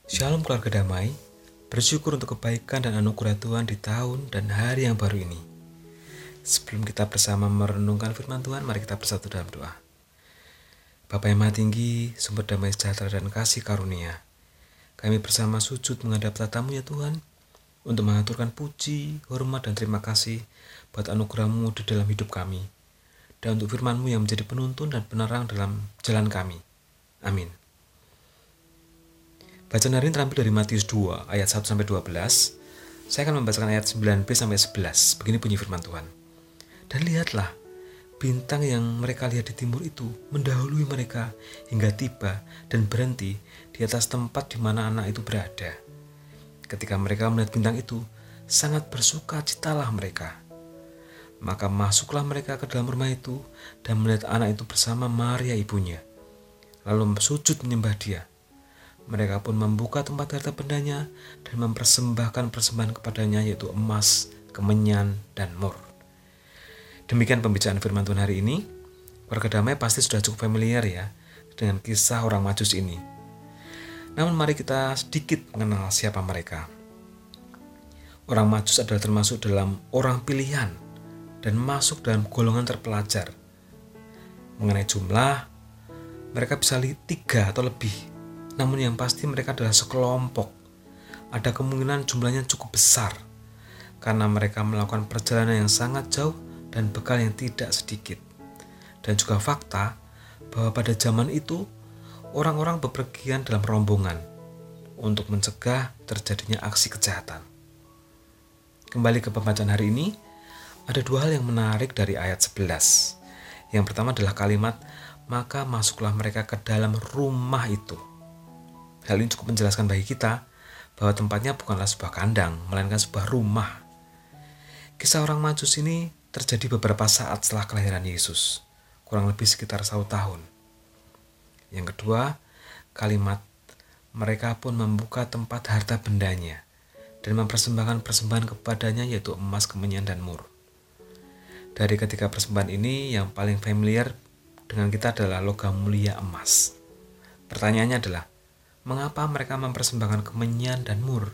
Shalom keluarga damai, bersyukur untuk kebaikan dan anugerah Tuhan di tahun dan hari yang baru ini. Sebelum kita bersama merenungkan firman Tuhan, mari kita bersatu dalam doa. Bapa yang Maha Tinggi, sumber damai sejahtera dan kasih karunia, kami bersama sujud menghadap tatamu ya Tuhan, untuk mengaturkan puji, hormat dan terima kasih buat anugerah-Mu di dalam hidup kami, dan untuk firman-Mu yang menjadi penuntun dan penerang dalam jalan kami. Amin. Bacaan hari ini terambil dari Matius 2 ayat 1-12. Saya akan membacakan ayat 9b-11. Begini bunyi firman Tuhan. Dan lihatlah, bintang yang mereka lihat di timur itu mendahului mereka hingga tiba dan berhenti di atas tempat di mana anak itu berada. Ketika mereka melihat bintang itu, sangat bersukacitalah mereka. Maka masuklah mereka ke dalam rumah itu dan melihat anak itu bersama Maria ibunya. Lalu sujud menyembah dia. Mereka pun membuka tempat harta bendanya dan mempersembahkan persembahan kepadanya, yaitu emas, kemenyan, dan mur. Demikian pembicaraan firman Tuhan hari ini. Warga damai pasti sudah cukup familiar ya dengan kisah orang Majus ini. Namun mari kita sedikit mengenal siapa mereka. Orang Majus adalah termasuk dalam orang pilihan dan masuk dalam golongan terpelajar. Mengenai jumlah, mereka bisa 3 atau lebih. Namun yang pasti mereka adalah sekelompok. Ada kemungkinan jumlahnya cukup besar karena mereka melakukan perjalanan yang sangat jauh dan bekal yang tidak sedikit. Dan juga fakta bahwa pada zaman itu orang-orang bepergian dalam rombongan untuk mencegah terjadinya aksi kejahatan. Kembali ke pembacaan hari ini, ada 2 hal yang menarik dari ayat 11. Yang pertama adalah kalimat, maka masuklah mereka ke dalam rumah itu. Hal ini cukup menjelaskan bagi kita bahwa tempatnya bukanlah sebuah kandang, melainkan sebuah rumah. Kisah orang Majus ini terjadi beberapa saat setelah kelahiran Yesus, kurang lebih sekitar 1 tahun. Yang kedua, kalimat mereka pun membuka tempat harta bendanya dan mempersembahkan persembahan kepadanya, yaitu emas, kemenyan, dan mur. Dari ketiga persembahan ini, yang paling familiar dengan kita adalah logam mulia emas. Pertanyaannya adalah, mengapa mereka mempersembahkan kemenyan dan mur?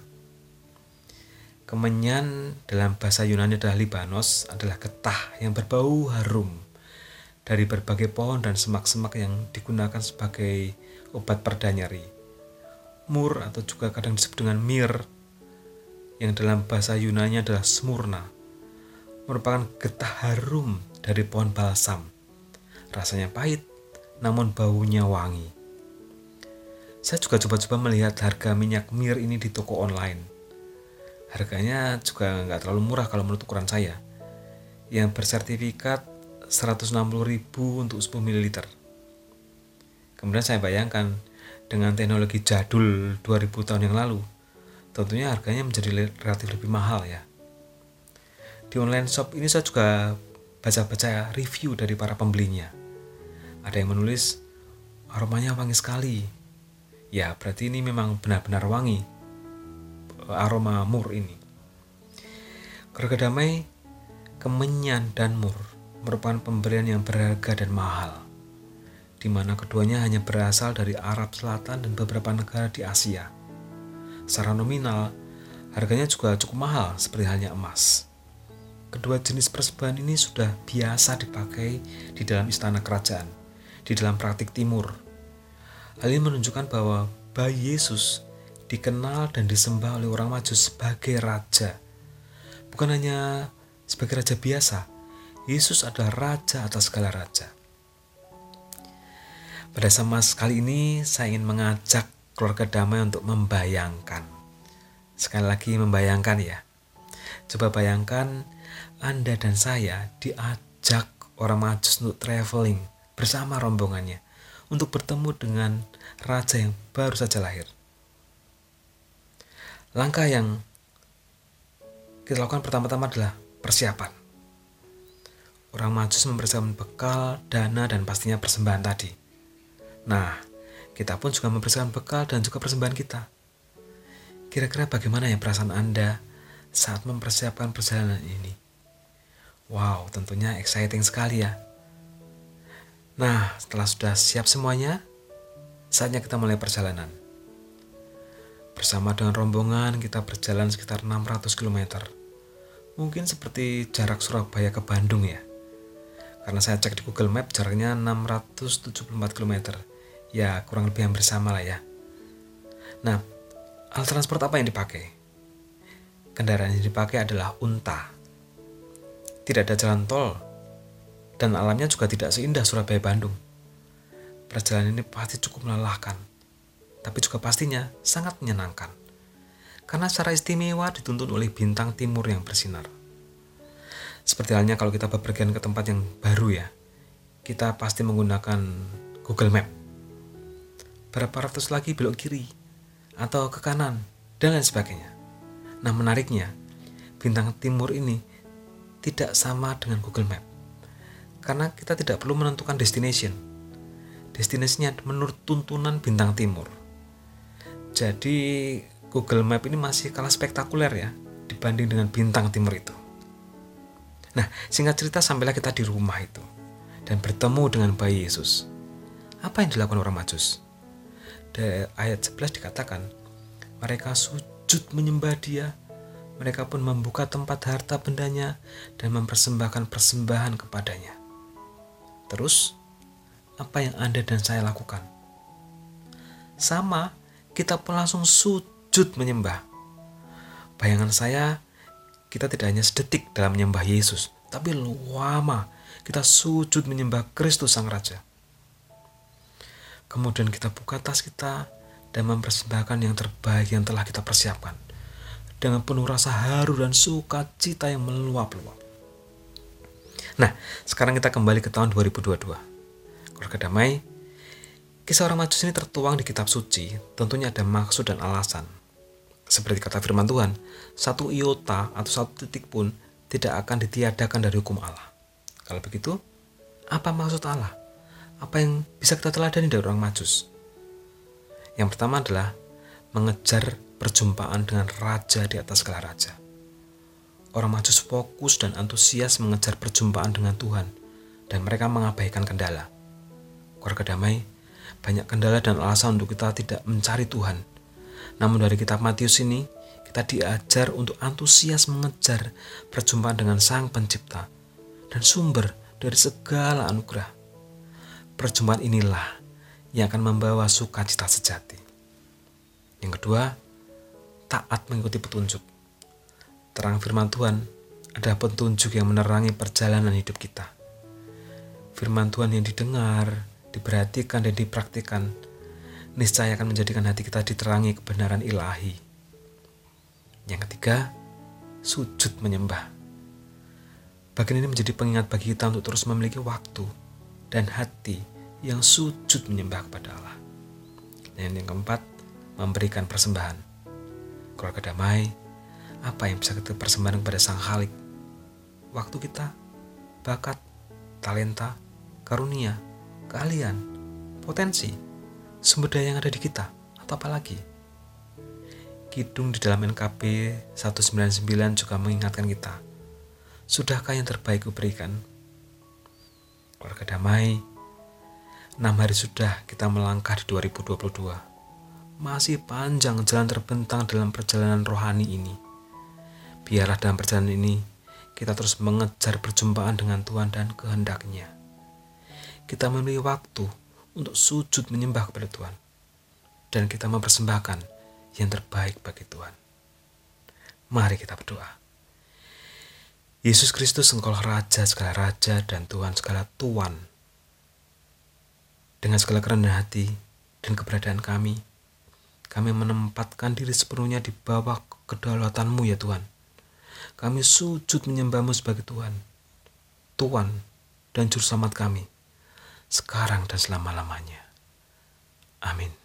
Kemenyan dalam bahasa Yunani adalah Libanos, adalah getah yang berbau harum dari berbagai pohon dan semak-semak yang digunakan sebagai obat pereda nyeri. Mur atau juga kadang disebut dengan mir, yang dalam bahasa Yunani adalah Smurna, merupakan getah harum dari pohon balsam. Rasanya pahit, namun baunya wangi. Saya juga coba-coba melihat harga minyak mir ini di toko online. Harganya juga nggak terlalu murah kalau menurut ukuran saya, yang bersertifikat 160.000 untuk 10 ml. Kemudian saya bayangkan dengan teknologi jadul 2000 tahun yang lalu, tentunya harganya menjadi relatif lebih mahal ya. Di online shop ini saya juga baca-baca review dari para pembelinya. Ada yang menulis, aromanya wangi sekali. Ya, berarti ini memang benar-benar wangi aroma mur ini. Keluarga damai, kemenyan dan mur merupakan pemberian yang berharga dan mahal, di mana keduanya hanya berasal dari Arab Selatan dan beberapa negara di Asia. Secara nominal, harganya juga cukup mahal seperti halnya emas. Kedua jenis persembahan ini sudah biasa dipakai di dalam istana kerajaan, di dalam praktik timur. Hal ini menunjukkan bahwa bayi Yesus dikenal dan disembah oleh orang Majus sebagai raja. Bukan hanya sebagai raja biasa, Yesus adalah raja atas segala raja. Pada sama kali ini saya ingin mengajak keluarga damai untuk membayangkan. Sekali lagi membayangkan ya. Coba bayangkan Anda dan saya diajak orang Majus untuk traveling bersama rombongannya untuk bertemu dengan raja yang baru saja lahir. Langkah yang kita lakukan pertama-tama adalah persiapan. Orang Majus mempersiapkan bekal, dana, dan pastinya persembahan tadi. Nah, kita pun juga mempersiapkan bekal dan juga persembahan kita. Kira-kira bagaimana ya perasaan Anda saat mempersiapkan perjalanan ini? Wow, tentunya exciting sekali ya. Nah, setelah sudah siap semuanya, saatnya kita mulai perjalanan. Bersama dengan rombongan kita berjalan sekitar 600 km. Mungkin seperti jarak Surabaya ke Bandung ya. Karena saya cek di Google Map jaraknya 674 km. Ya kurang lebih hampir sama lah ya. Nah, alat transport apa yang dipakai? Kendaraan yang dipakai adalah unta. Tidak ada jalan tol. Dan alamnya juga tidak seindah Surabaya-Bandung. Perjalanan ini pasti cukup melelahkan. Tapi juga pastinya sangat menyenangkan. Karena secara istimewa dituntun oleh bintang timur yang bersinar. Seperti halnya kalau kita bepergian ke tempat yang baru ya, kita pasti menggunakan Google Map. Berapa ratus lagi belok kiri, atau ke kanan, dan lain sebagainya. Nah menariknya, bintang timur ini tidak sama dengan Google Map. Karena kita tidak perlu menentukan destination. Destinasinya menurut tuntunan bintang timur. Jadi Google Map ini masih kalah spektakuler ya dibanding dengan bintang timur itu. Nah, singkat cerita sampailah kita di rumah itu dan bertemu dengan bayi Yesus. Apa yang dilakukan orang Majus? Dari ayat 11 dikatakan, mereka sujud menyembah Dia. Mereka pun membuka tempat harta bendanya dan mempersembahkan persembahan kepadanya. Terus, apa yang Anda dan saya lakukan? Sama, kita pun langsung sujud menyembah. Bayangan saya, kita tidak hanya sedetik dalam menyembah Yesus, tapi lama kita sujud menyembah Kristus Sang Raja. Kemudian kita buka tas kita dan mempersembahkan yang terbaik yang telah kita persiapkan dengan penuh rasa haru dan sukacita yang meluap-luap. Nah, sekarang kita kembali ke tahun 2022. Keluarga Damai, kisah orang Majus ini tertuang di kitab suci, tentunya ada maksud dan alasan. Seperti kata firman Tuhan, satu iota atau satu titik pun tidak akan ditiadakan dari hukum Allah. Kalau begitu, apa maksud Allah? Apa yang bisa kita teladani dari orang Majus? Yang pertama adalah mengejar perjumpaan dengan raja di atas segala raja. Orang Majus fokus dan antusias mengejar perjumpaan dengan Tuhan, dan mereka mengabaikan kendala. Keluarga Damai, banyak kendala dan alasan untuk kita tidak mencari Tuhan. Namun dari kitab Matius ini, kita diajar untuk antusias mengejar perjumpaan dengan Sang Pencipta dan sumber dari segala anugerah. Perjumpaan inilah yang akan membawa sukacita sejati. Yang kedua, taat mengikuti petunjuk. Terang firman Tuhan adalah petunjuk yang menerangi perjalanan hidup kita. Firman Tuhan yang didengar, diperhatikan dan dipraktikkan niscaya akan menjadikan hati kita diterangi kebenaran ilahi. Yang ketiga, sujud menyembah. Bagian ini menjadi pengingat bagi kita untuk terus memiliki waktu dan hati yang sujud menyembah kepada Allah. Dan yang keempat, memberikan persembahan. Keluarga Damai, apa yang bisa kita persembahkan kepada Sang Khalik? Waktu kita, bakat, talenta, karunia, keahlian, potensi, sumber daya yang ada di kita, atau apa lagi? Kidung di dalam NKB 199 juga mengingatkan kita, sudahkah yang terbaik kuberikan? Keluarga Damai, 6 hari sudah kita melangkah di 2022. Masih panjang jalan terbentang dalam perjalanan rohani ini. Biarlah dalam perjalanan ini kita terus mengejar perjumpaan dengan Tuhan dan kehendak-Nya. Kita memiliki waktu untuk sujud menyembah kepada Tuhan. Dan kita mempersembahkan yang terbaik bagi Tuhan. Mari kita berdoa. Yesus Kristus, Engkaulah Raja segala Raja dan Tuhan segala Tuan. Dengan segala kerendahan hati dan keberadaan kami menempatkan diri sepenuhnya di bawah kedaulatan-Mu ya Tuhan. Kami sujud menyembah-Mu sebagai Tuhan dan Juru Selamat kami, sekarang dan selama-lamanya. Amin.